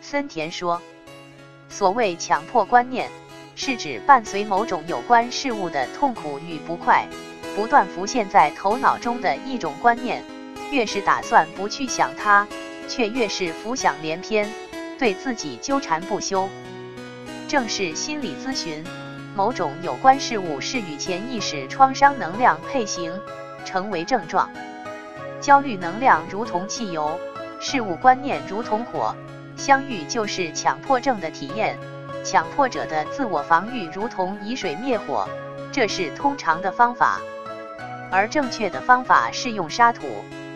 森田说，所谓强迫观念，是指伴随某种有关事物的痛苦与不快，不断浮现在头脑中的一种观念，越是打算不去想它，却越是浮想联翩，对自己纠缠不休。正是心理咨询，某种有关事物是与潜意识创伤能量配型，成为症状。焦虑能量如同汽油，事物观念如同火，相遇就是强迫症的体验。强迫者的自我防御如同以水灭火，这是通常的方法，而正确的方法是用沙土、